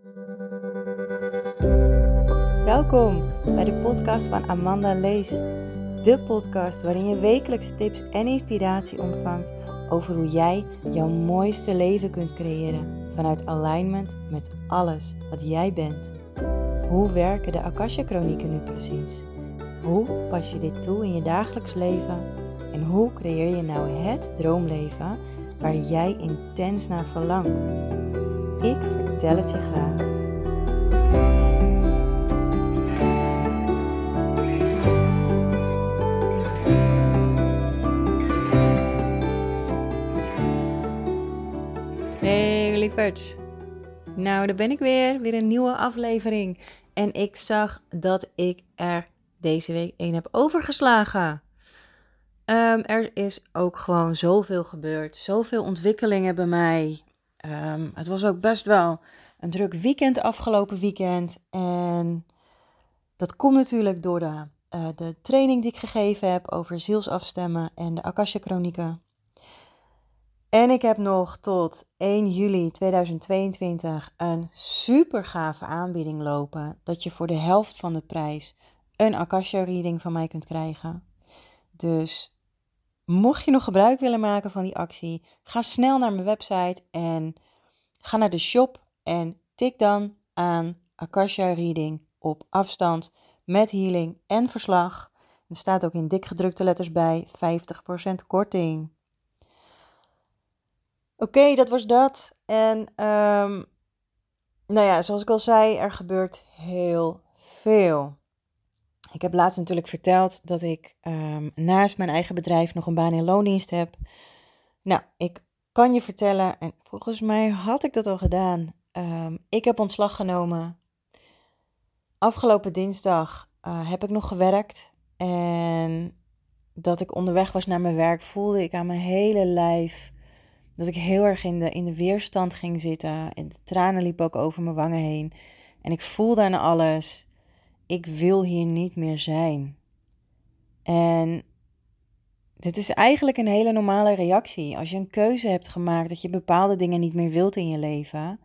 Welkom bij de podcast van Amanda Lees. De podcast waarin je wekelijks tips en inspiratie ontvangt over hoe jij jouw mooiste leven kunt creëren vanuit alignment met alles wat jij bent. Hoe werken de Akasha-chronieken nu precies? Hoe pas je dit toe in je dagelijks leven? En hoe creëer je nou het droomleven waar jij intens naar verlangt? Ik vertel het je graag. Hey lieverds. Nou, daar ben ik weer een nieuwe aflevering. En ik zag dat ik er deze week een heb overgeslagen. Er is ook gewoon zoveel gebeurd, zoveel ontwikkelingen bij mij. Het was ook best wel een druk weekend afgelopen weekend. En dat komt natuurlijk door de training die ik gegeven heb over zielsafstemmen en de Akasha-chronieken. En ik heb nog tot 1 juli 2022 een super gave aanbieding lopen. Dat je voor de helft van de prijs een Akasha-reading van mij kunt krijgen. Dus mocht je nog gebruik willen maken van die actie, ga snel naar mijn website en ga naar de shop en tik dan aan Akasha-reading op afstand met healing en verslag. Er staat ook in dik gedrukte letters bij 50% korting. Oké, dat was dat. En zoals ik al zei, er gebeurt heel veel. Ik heb laatst natuurlijk verteld dat ik naast mijn eigen bedrijf nog een baan in loondienst heb. Nou, ik kan je vertellen, en volgens mij had ik dat al gedaan. Ik heb ontslag genomen. Afgelopen dinsdag heb ik nog gewerkt. En dat ik onderweg was naar mijn werk, voelde ik aan mijn hele lijf dat ik heel erg in de weerstand ging zitten. En de tranen liepen ook over mijn wangen heen. En ik voelde aan alles, ik wil hier niet meer zijn. En dit is eigenlijk een hele normale reactie. Als je een keuze hebt gemaakt dat je bepaalde dingen niet meer wilt in je leven.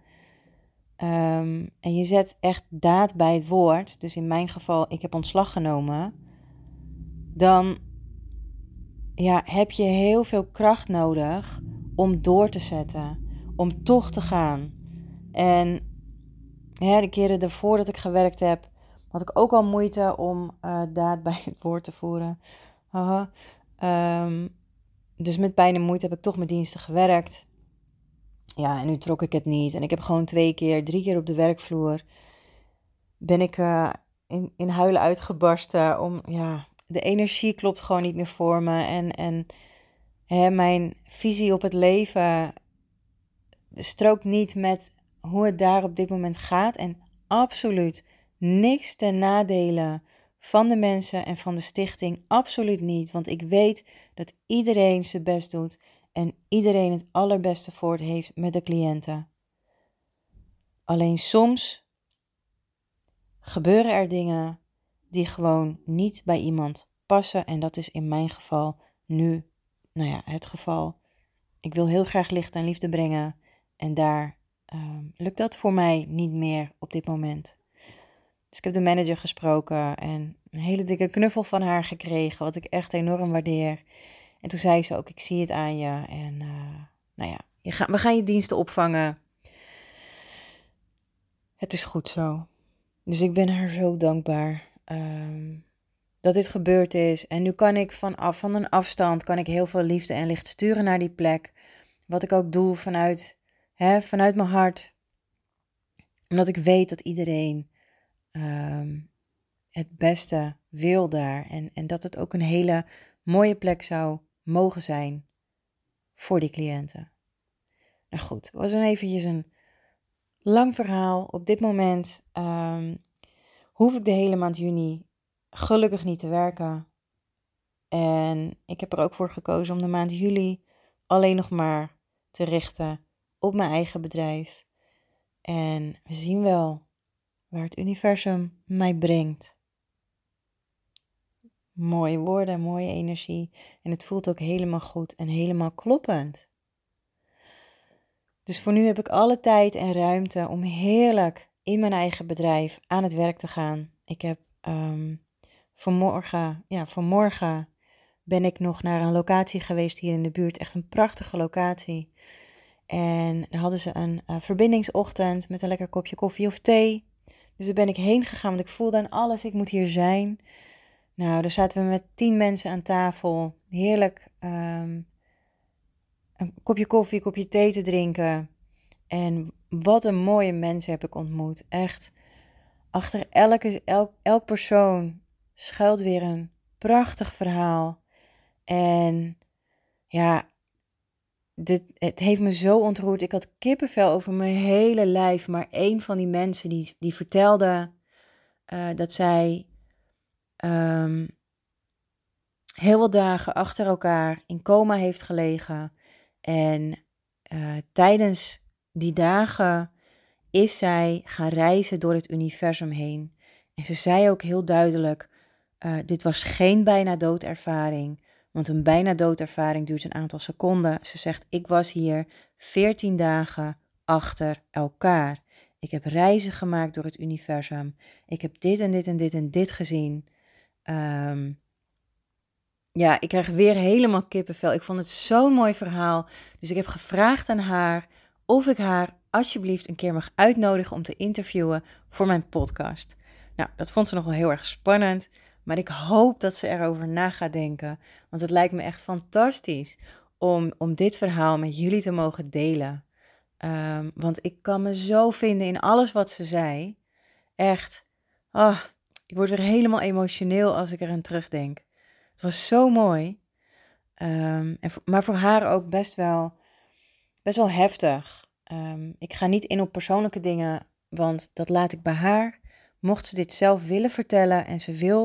En je zet echt daad bij het woord. Dus in mijn geval, ik heb ontslag genomen. Dan heb je heel veel kracht nodig om door te zetten, om toch te gaan. En de keren daarvoor dat ik gewerkt heb, had ik ook al moeite om daad bij het woord te voeren. Dus met pijn en moeite heb ik toch mijn diensten gewerkt. Ja, en nu trok ik het niet. En ik heb gewoon 3 keer op de werkvloer ben ik in huilen uitgebarsten. De energie klopt gewoon niet meer voor me. En mijn visie op het leven strookt niet met hoe het daar op dit moment gaat. En absoluut niks ten nadele van de mensen en van de stichting. Absoluut niet. Want ik weet dat iedereen zijn best doet. En iedereen het allerbeste voor het heeft met de cliënten. Alleen soms gebeuren er dingen die gewoon niet bij iemand passen. En dat is in mijn geval nu het geval. Ik wil heel graag licht en liefde brengen. En daar lukt dat voor mij niet meer op dit moment. Dus ik heb de manager gesproken en een hele dikke knuffel van haar gekregen. Wat ik echt enorm waardeer. En toen zei ze ook, ik zie het aan je. En we gaan je diensten opvangen. Het is goed zo. Dus ik ben haar zo dankbaar dat dit gebeurd is. En nu kan ik van een afstand kan ik heel veel liefde en licht sturen naar die plek. Wat ik ook doe vanuit mijn hart. Omdat ik weet dat iedereen het beste wil daar. En dat het ook een hele mooie plek zou mogen zijn voor die cliënten. Nou goed, het was eventjes een lang verhaal. Op dit moment hoef ik de hele maand juni gelukkig niet te werken. En ik heb er ook voor gekozen om de maand juli alleen nog maar te richten op mijn eigen bedrijf. En we zien wel waar het universum mij brengt. Mooie woorden, mooie energie. En het voelt ook helemaal goed en helemaal kloppend. Dus voor nu heb ik alle tijd en ruimte om heerlijk in mijn eigen bedrijf aan het werk te gaan. Ik heb vanmorgen ben ik nog naar een locatie geweest hier in de buurt. Echt een prachtige locatie. En daar hadden ze een verbindingsochtend met een lekker kopje koffie of thee. Dus daar ben ik heen gegaan, want ik voelde aan alles, ik moet hier zijn. Nou, daar zaten we met 10 mensen aan tafel. Heerlijk een kopje koffie, een kopje thee te drinken. En wat een mooie mensen heb ik ontmoet. Echt, achter elk persoon schuilt weer een prachtig verhaal. En ja, het heeft me zo ontroerd. Ik had kippenvel over mijn hele lijf. Maar één van die mensen die vertelde dat zij heel wat dagen achter elkaar in coma heeft gelegen. En tijdens die dagen is zij gaan reizen door het universum heen. En ze zei ook heel duidelijk, dit was geen bijna doodervaring. Want een bijna doodervaring duurt een aantal seconden. Ze zegt, ik was hier 14 dagen achter elkaar. Ik heb reizen gemaakt door het universum. Ik heb dit en dit en dit en dit gezien. Ja, ik krijg weer helemaal kippenvel. Ik vond het zo'n mooi verhaal. Dus ik heb gevraagd aan haar of ik haar alsjeblieft een keer mag uitnodigen om te interviewen voor mijn podcast. Nou, dat vond ze nog wel heel erg spannend. Maar ik hoop dat ze erover na gaat denken. Want het lijkt me echt fantastisch om dit verhaal met jullie te mogen delen. Want ik kan me zo vinden in alles wat ze zei. Echt, ik word weer helemaal emotioneel als ik eraan terugdenk. Het was zo mooi. Maar voor haar ook best wel heftig. Ik ga niet in op persoonlijke dingen, want dat laat ik bij haar. Mocht ze dit zelf willen vertellen en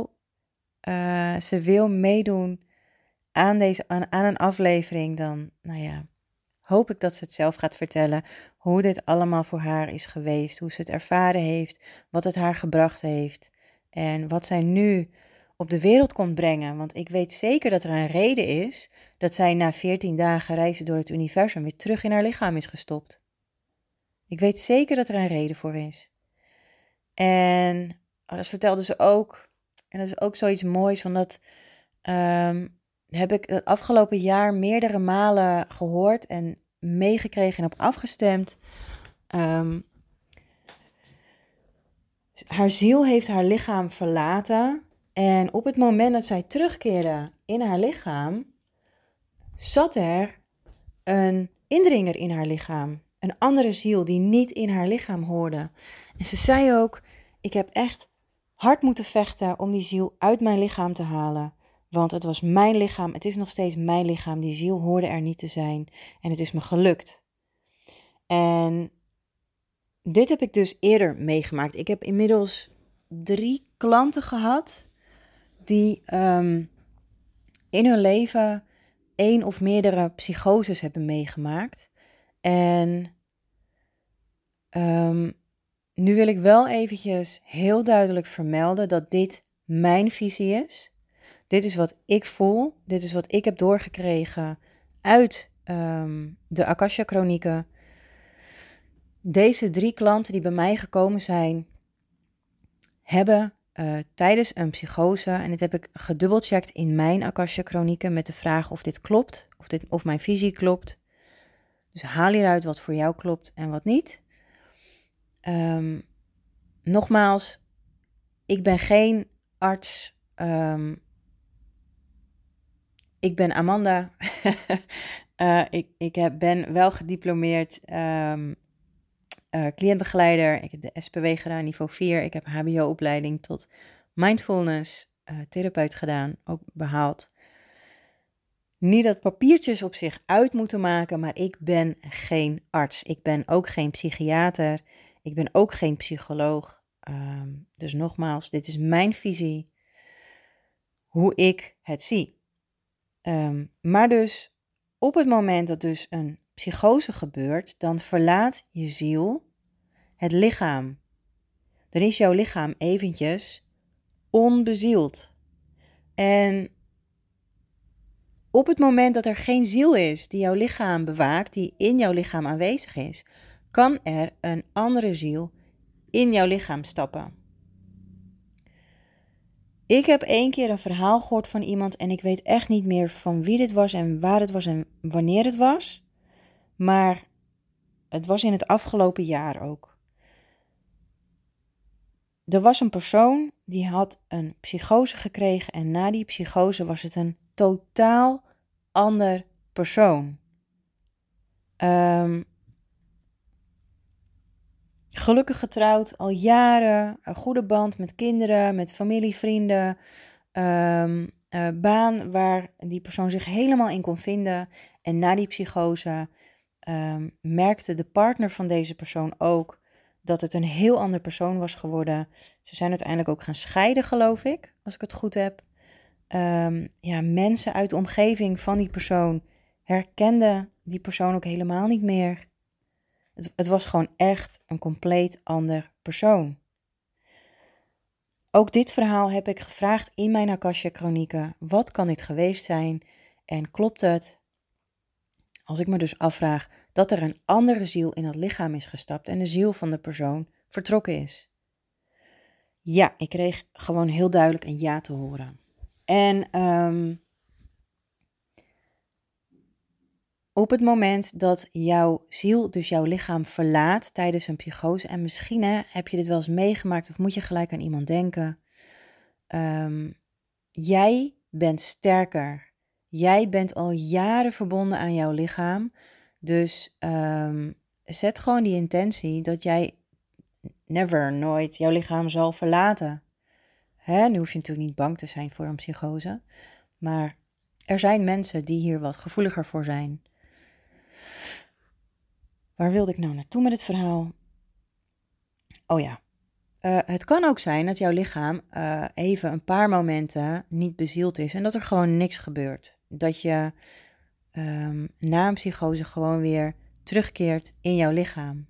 ze wil meedoen aan een aflevering, dan hoop ik dat ze het zelf gaat vertellen. Hoe dit allemaal voor haar is geweest. Hoe ze het ervaren heeft. Wat het haar gebracht heeft. En wat zij nu op de wereld komt brengen. Want ik weet zeker dat er een reden is dat zij na 14 dagen reizen door het universum weer terug in haar lichaam is gestopt. Ik weet zeker dat er een reden voor is. En dat vertelde ze ook. En dat is ook zoiets moois, want dat heb ik het afgelopen jaar meerdere malen gehoord en meegekregen en op afgestemd. Haar ziel heeft haar lichaam verlaten. En op het moment dat zij terugkeerde in haar lichaam, zat er een indringer in haar lichaam. Een andere ziel die niet in haar lichaam hoorde. En ze zei ook, ik heb echt hard moeten vechten om die ziel uit mijn lichaam te halen. Want het was mijn lichaam, het is nog steeds mijn lichaam. Die ziel hoorde er niet te zijn. En het is me gelukt. En dit heb ik dus eerder meegemaakt. Ik heb inmiddels 3 klanten gehad die in hun leven 1 of meerdere psychoses hebben meegemaakt. En nu wil ik wel eventjes heel duidelijk vermelden dat dit mijn visie is. Dit is wat ik voel. Dit is wat ik heb doorgekregen uit de Akasha-chronieken. Deze 3 klanten die bij mij gekomen zijn, hebben tijdens een psychose, en dit heb ik gedubbelcheckt in mijn Akasha-chronieken met de vraag of dit klopt, of mijn visie klopt. Dus haal hieruit wat voor jou klopt en wat niet. Nogmaals, ik ben geen arts. Ik ben Amanda. Ik ben wel gediplomeerd cliëntbegeleider. Ik heb de SPW gedaan, niveau 4. Ik heb HBO-opleiding tot mindfulness therapeut gedaan, ook behaald. Niet dat papiertjes op zich uit moeten maken, maar ik ben geen arts. Ik ben ook geen psychiater. Ik ben ook geen psycholoog. Dus nogmaals, dit is mijn visie. Hoe ik het zie. Maar dus op het moment dat dus een psychose gebeurt, dan verlaat je ziel het lichaam. Dan is jouw lichaam eventjes onbezield. En op het moment dat er geen ziel is die jouw lichaam bewaakt, die in jouw lichaam aanwezig is, kan er een andere ziel in jouw lichaam stappen. Ik heb 1 keer een verhaal gehoord van iemand en ik weet echt niet meer van wie dit was en waar het was en wanneer het was. Maar het was in het afgelopen jaar ook. Er was een persoon die had een psychose gekregen en na die psychose was het een totaal ander persoon. Gelukkig getrouwd, al jaren, een goede band met kinderen, met familie, vrienden, baan waar die persoon zich helemaal in kon vinden. En na die psychose merkte de partner van deze persoon ook dat het een heel ander persoon was geworden. Ze zijn uiteindelijk ook gaan scheiden, geloof ik, als ik het goed heb. Mensen uit de omgeving van die persoon herkenden die persoon ook helemaal niet meer. Het was gewoon echt een compleet ander persoon. Ook dit verhaal heb ik gevraagd in mijn Akasha Chronieken. Wat kan dit geweest zijn? En klopt het, als ik me dus afvraag, dat er een andere ziel in het lichaam is gestapt en de ziel van de persoon vertrokken is? Ja, ik kreeg gewoon heel duidelijk een ja te horen. En op het moment dat jouw ziel dus jouw lichaam verlaat tijdens een psychose, en misschien heb je dit wel eens meegemaakt of moet je gelijk aan iemand denken. Jij bent sterker. Jij bent al jaren verbonden aan jouw lichaam. Dus zet gewoon die intentie dat jij nooit jouw lichaam zal verlaten. Nu hoef je natuurlijk niet bang te zijn voor een psychose. Maar er zijn mensen die hier wat gevoeliger voor zijn. Waar wilde ik nou naartoe met het verhaal? Oh ja. Het kan ook zijn dat jouw lichaam even een paar momenten niet bezield is en dat er gewoon niks gebeurt. Dat je na een psychose gewoon weer terugkeert in jouw lichaam.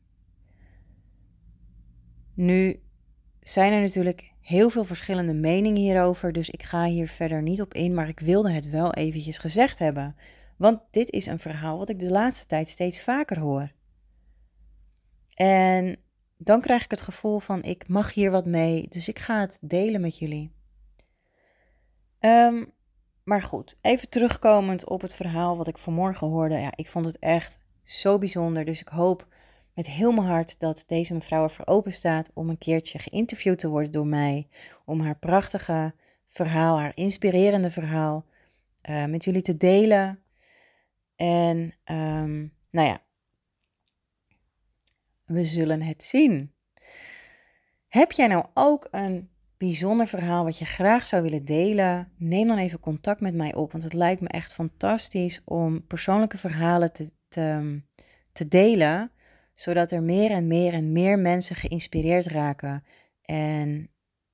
Nu zijn er natuurlijk heel veel verschillende meningen hierover, dus ik ga hier verder niet op in, maar ik wilde het wel eventjes gezegd hebben. Want dit is een verhaal wat ik de laatste tijd steeds vaker hoor. En dan krijg ik het gevoel van ik mag hier wat mee, dus ik ga het delen met jullie. Maar goed, even terugkomend op het verhaal wat ik vanmorgen hoorde. Ja, ik vond het echt zo bijzonder, dus ik hoop met heel mijn hart dat deze mevrouw ervoor open staat om een keertje geïnterviewd te worden door mij. Om haar prachtige verhaal, haar inspirerende verhaal met jullie te delen. En we zullen het zien. Heb jij nou ook een bijzonder verhaal wat je graag zou willen delen? Neem dan even contact met mij op, want het lijkt me echt fantastisch om persoonlijke verhalen te delen, zodat er meer en meer en meer mensen geïnspireerd raken en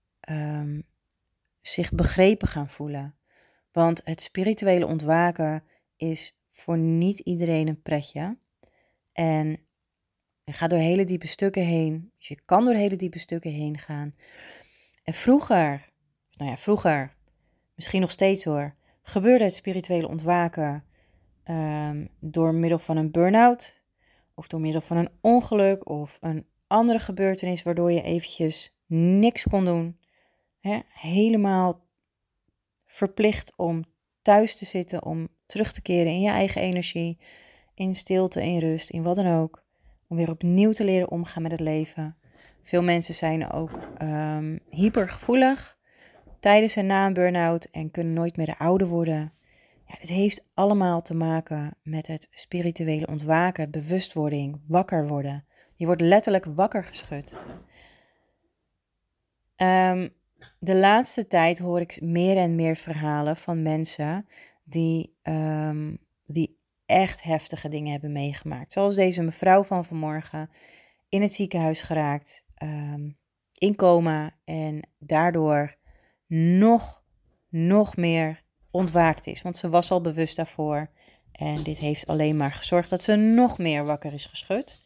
zich begrepen gaan voelen. Want het spirituele ontwaken is voor niet iedereen een pretje. En je gaat door hele diepe stukken heen. Dus je kan door hele diepe stukken heen gaan. En vroeger, misschien nog steeds hoor, gebeurde het spirituele ontwaken door middel van een burn-out of door middel van een ongeluk of een andere gebeurtenis waardoor je eventjes niks kon doen. Helemaal verplicht om thuis te zitten, om terug te keren in je eigen energie, in stilte, in rust, in wat dan ook. Om weer opnieuw te leren omgaan met het leven. Veel mensen zijn ook hypergevoelig tijdens en na een burn-out en kunnen nooit meer de oude worden. Ja, dit heeft allemaal te maken met het spirituele ontwaken, bewustwording, wakker worden. Je wordt letterlijk wakker geschud. De laatste tijd hoor ik meer en meer verhalen van mensen die echt heftige dingen hebben meegemaakt. Zoals deze mevrouw van vanmorgen in het ziekenhuis geraakt, in coma en daardoor nog meer ontwaakt is. Want ze was al bewust daarvoor en dit heeft alleen maar gezorgd dat ze nog meer wakker is geschud.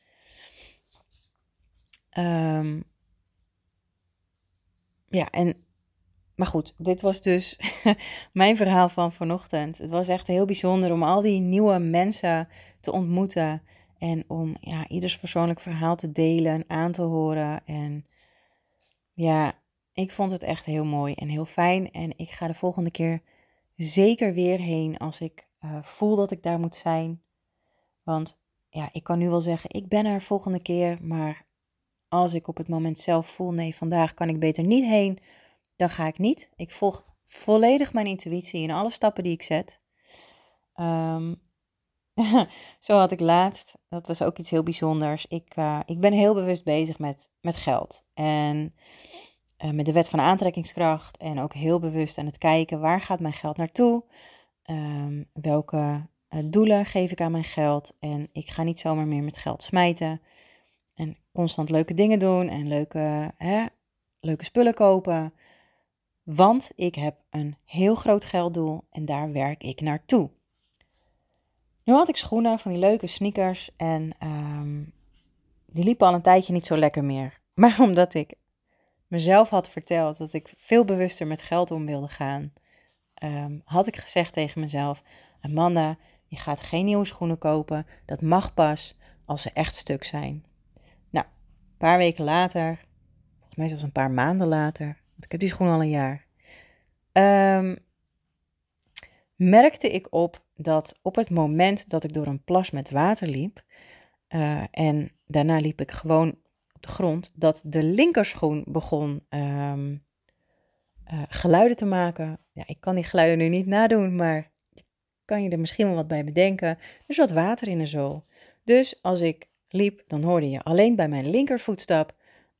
En Maar goed, dit was dus mijn verhaal van vanochtend. Het was echt heel bijzonder om al die nieuwe mensen te ontmoeten. En om ieders persoonlijk verhaal te delen en aan te horen. En ja, ik vond het echt heel mooi en heel fijn. En ik ga de volgende keer zeker weer heen als ik voel dat ik daar moet zijn. Want ja, ik kan nu wel zeggen, ik ben er volgende keer. Maar als ik op het moment zelf voel, nee, vandaag kan ik beter niet heen, dan ga ik niet. Ik volg volledig mijn intuïtie in alle stappen die ik zet. Ehm, Zo had ik laatst, dat was ook iets heel bijzonders. Ik ben heel bewust bezig met geld. En met de wet van aantrekkingskracht. En ook heel bewust aan het kijken, waar gaat mijn geld naartoe? Welke doelen geef ik aan mijn geld? En ik ga niet zomaar meer met geld smijten. En constant leuke dingen doen en leuke spullen kopen. Want ik heb een heel groot gelddoel en daar werk ik naartoe. Nu had ik schoenen van die leuke sneakers en die liepen al een tijdje niet zo lekker meer. Maar omdat ik mezelf had verteld dat ik veel bewuster met geld om wilde gaan, had ik gezegd tegen mezelf: Amanda, je gaat geen nieuwe schoenen kopen. Dat mag pas als ze echt stuk zijn. Nou, een paar weken later, volgens mij zelfs een paar maanden later, want ik heb die schoenen al een jaar, merkte ik op dat op het moment dat ik door een plas met water liep, en daarna liep ik gewoon op de grond, dat de linkerschoen begon geluiden te maken. Ja, ik kan die geluiden nu niet nadoen, maar kan je er misschien wel wat bij bedenken. Er zat water in de zool. Dus als ik liep, dan hoorde je alleen bij mijn linkervoetstap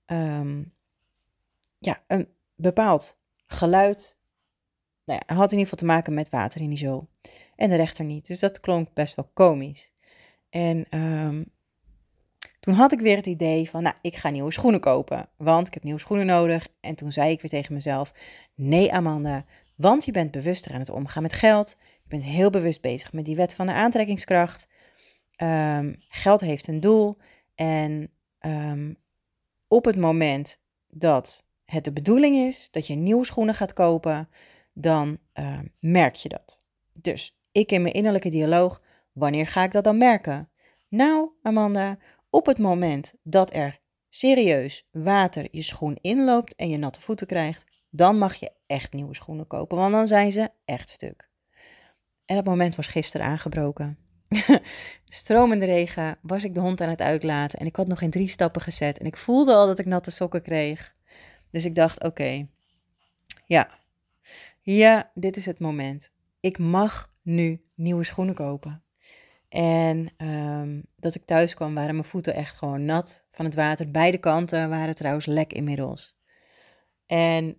een bepaald geluid. Nou ja, had in ieder geval te maken met water in die zool. En de rechter niet. Dus dat klonk best wel komisch. En toen had ik weer het idee van, nou, ik ga nieuwe schoenen kopen. Want ik heb nieuwe schoenen nodig. En toen zei ik weer tegen mezelf, nee Amanda, want je bent bewuster aan het omgaan met geld. Je bent heel bewust bezig met die wet van de aantrekkingskracht. Geld heeft een doel. En op het moment dat het de bedoeling is dat je nieuwe schoenen gaat kopen, dan merk je dat. Dus ik in mijn innerlijke dialoog, wanneer ga ik dat dan merken? Nou, Amanda, op het moment dat er serieus water je schoen inloopt en je natte voeten krijgt, dan mag je echt nieuwe schoenen kopen, want dan zijn ze echt stuk. En dat moment was gisteren aangebroken. Stromende regen, was ik de hond aan het uitlaten en ik had nog geen 3 stappen gezet en ik voelde al dat ik natte sokken kreeg. Dus ik dacht, oké, ja, dit is het moment. Ik mag nu nieuwe schoenen kopen. En dat ik thuis kwam, waren mijn voeten echt gewoon nat van het water. Beide kanten waren trouwens lek inmiddels. En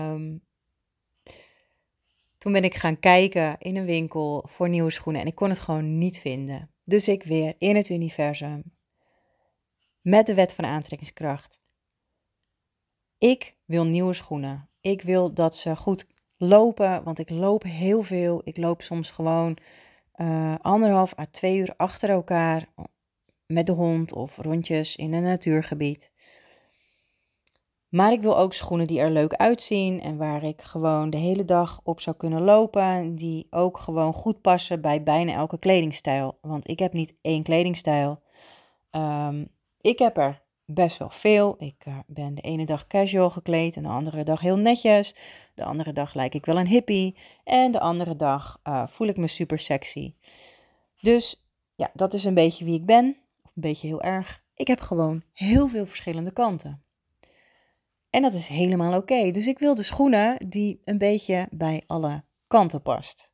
toen ben ik gaan kijken in een winkel voor nieuwe schoenen en ik kon het gewoon niet vinden. Dus ik weer in het universum, met de wet van aantrekkingskracht. Ik wil nieuwe schoenen. Ik wil dat ze goed lopen, want ik loop heel veel. Ik loop soms gewoon 1,5 à 2 uur achter elkaar met de hond of rondjes in een natuurgebied. Maar ik wil ook schoenen die er leuk uitzien en waar ik gewoon de hele dag op zou kunnen lopen. Die ook gewoon goed passen bij bijna elke kledingstijl. Want ik heb niet 1 kledingstijl. Ik heb er best wel veel. Ik ben de ene dag casual gekleed en de andere dag heel netjes. De andere dag lijk ik wel een hippie. En de andere dag voel ik me super sexy. Dus ja, dat is een beetje wie ik ben. Of een beetje heel erg. Ik heb gewoon heel veel verschillende kanten. En dat is helemaal oké. Dus ik wil de schoenen die een beetje bij alle kanten past.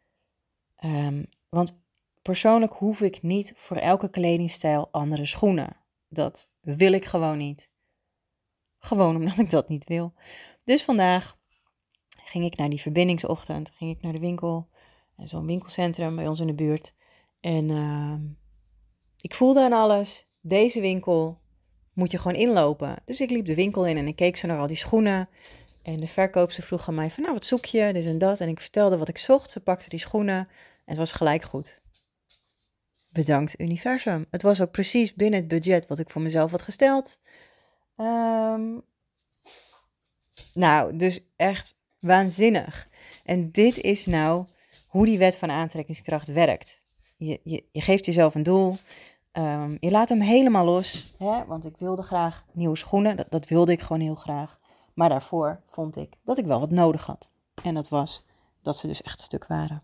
Want persoonlijk hoef ik niet voor elke kledingstijl andere schoenen. Dat wil ik gewoon niet. Gewoon omdat ik dat niet wil. Dus vandaag ging ik naar die verbindingsochtend. Ging ik naar de winkel. Zo'n winkelcentrum bij ons in de buurt. En ik voelde aan alles. Deze winkel moet je gewoon inlopen. Dus ik liep de winkel in en ik keek zo naar al die schoenen. En de verkoopster vroeg aan mij van, nou, wat zoek je? Dit en dat. En ik vertelde wat ik zocht. Ze pakte die schoenen en het was gelijk goed. Bedankt universum. Het was ook precies binnen het budget wat ik voor mezelf had gesteld. Nou, dus echt Waanzinnig. En dit is nou hoe die wet van aantrekkingskracht werkt. Je geeft jezelf een doel. Je laat hem helemaal los. Hè? Want ik wilde graag nieuwe schoenen. Dat wilde ik gewoon heel graag. Maar daarvoor vond ik dat ik wel wat nodig had. En dat was dat ze dus echt stuk waren.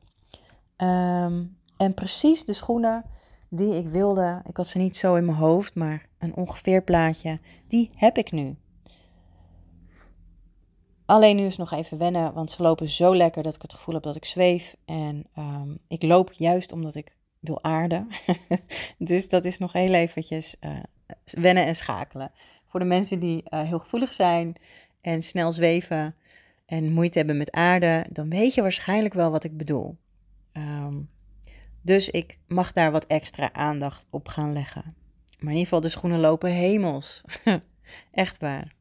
En precies de schoenen die ik wilde. Ik had ze niet zo in mijn hoofd, maar een ongeveer plaatje. Die heb ik nu. Alleen nu is het nog even wennen, want ze lopen zo lekker dat ik het gevoel heb dat ik zweef. En ik loop juist omdat ik wil aarden. Dus dat is nog heel eventjes wennen en schakelen. Voor de mensen die heel gevoelig zijn en snel zweven en moeite hebben met aarden, dan weet je waarschijnlijk wel wat ik bedoel. Dus ik mag daar wat extra aandacht op gaan leggen. Maar in ieder geval, de schoenen lopen hemels. Echt waar.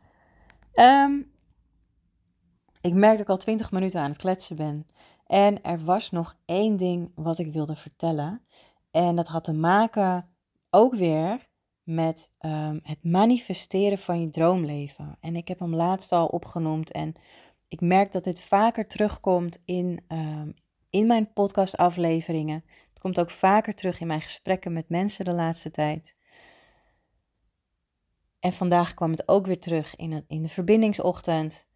Ik merk dat ik al 20 minuten aan het kletsen ben. En er was nog één ding wat ik wilde vertellen. En dat had te maken ook weer met het manifesteren van je droomleven. En ik heb hem laatst al opgenoemd. En ik merk dat dit vaker terugkomt in mijn podcastafleveringen. Het komt ook vaker terug in mijn gesprekken met mensen de laatste tijd. En vandaag kwam het ook weer terug in de verbindingsochtend.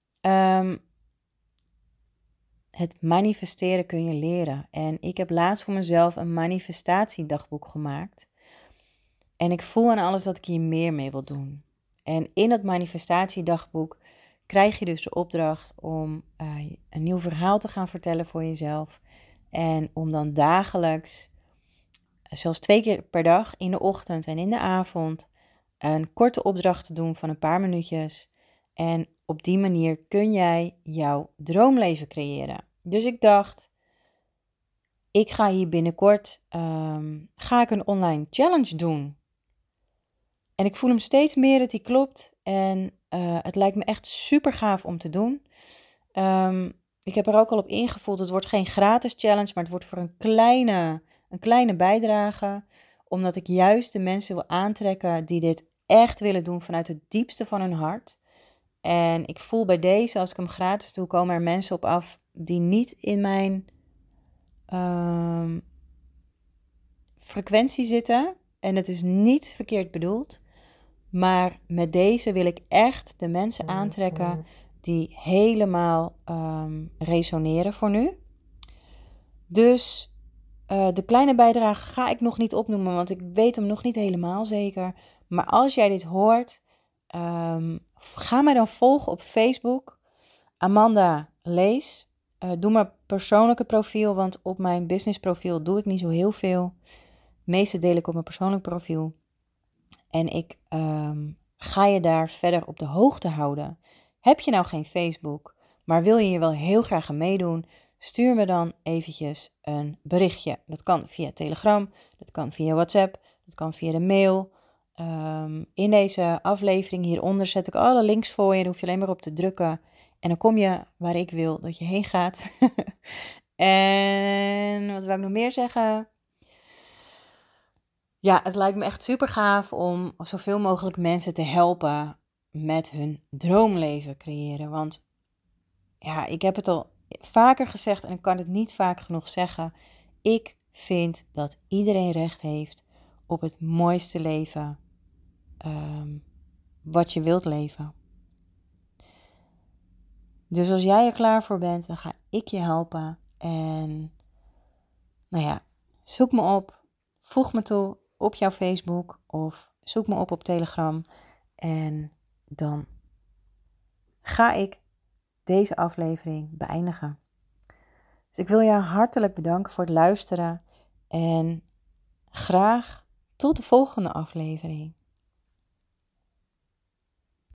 Het manifesteren kun je leren. En ik heb laatst voor mezelf een manifestatiedagboek gemaakt. En ik voel aan alles dat ik hier meer mee wil doen. En in dat manifestatiedagboek krijg je dus de opdracht om een nieuw verhaal te gaan vertellen voor jezelf. En om dan dagelijks, zelfs 2 keer per dag, in de ochtend en in de avond, een korte opdracht te doen van een paar minuutjes. En op die manier kun jij jouw droomleven creëren. Dus ik dacht, ik ga hier binnenkort ga ik een online challenge doen. En ik voel hem steeds meer dat die klopt. En het lijkt me echt super gaaf om te doen. Ik heb er ook al op ingevoeld. Het wordt geen gratis challenge, maar het wordt voor een kleine bijdrage. Omdat ik juist de mensen wil aantrekken die dit echt willen doen vanuit het diepste van hun hart. En ik voel bij deze, als ik hem gratis doe, komen er mensen op af die niet in mijn frequentie zitten. En het is niet verkeerd bedoeld. Maar met deze wil ik echt de mensen aantrekken die helemaal resoneren voor nu. Dus de kleine bijdrage ga ik nog niet opnoemen, want ik weet hem nog niet helemaal zeker. Maar als jij dit hoort, ga mij dan volgen op Facebook. Amanda Lees. Doe mijn persoonlijke profiel, want op mijn business profiel doe ik niet zo heel veel. Het meeste deel ik op mijn persoonlijk profiel. En ik ga je daar verder op de hoogte houden. Heb je nou geen Facebook, maar wil je wel heel graag aan meedoen? Stuur me dan eventjes een berichtje. Dat kan via Telegram, dat kan via WhatsApp, dat kan via de mail. In deze aflevering hieronder zet ik alle links voor je. Daar hoef je alleen maar op te drukken. En dan kom je waar ik wil dat je heen gaat. En wat wil ik nog meer zeggen? Ja, het lijkt me echt super gaaf om zoveel mogelijk mensen te helpen met hun droomleven creëren. Want ja, ik heb het al vaker gezegd en ik kan het niet vaak genoeg zeggen. Ik vind dat iedereen recht heeft op het mooiste leven wat je wilt leven. Dus als jij er klaar voor bent, dan ga ik je helpen. En nou ja, zoek me op, voeg me toe op jouw Facebook of zoek me op Telegram. En dan ga ik deze aflevering beëindigen. Dus ik wil jou hartelijk bedanken voor het luisteren. En graag tot de volgende aflevering.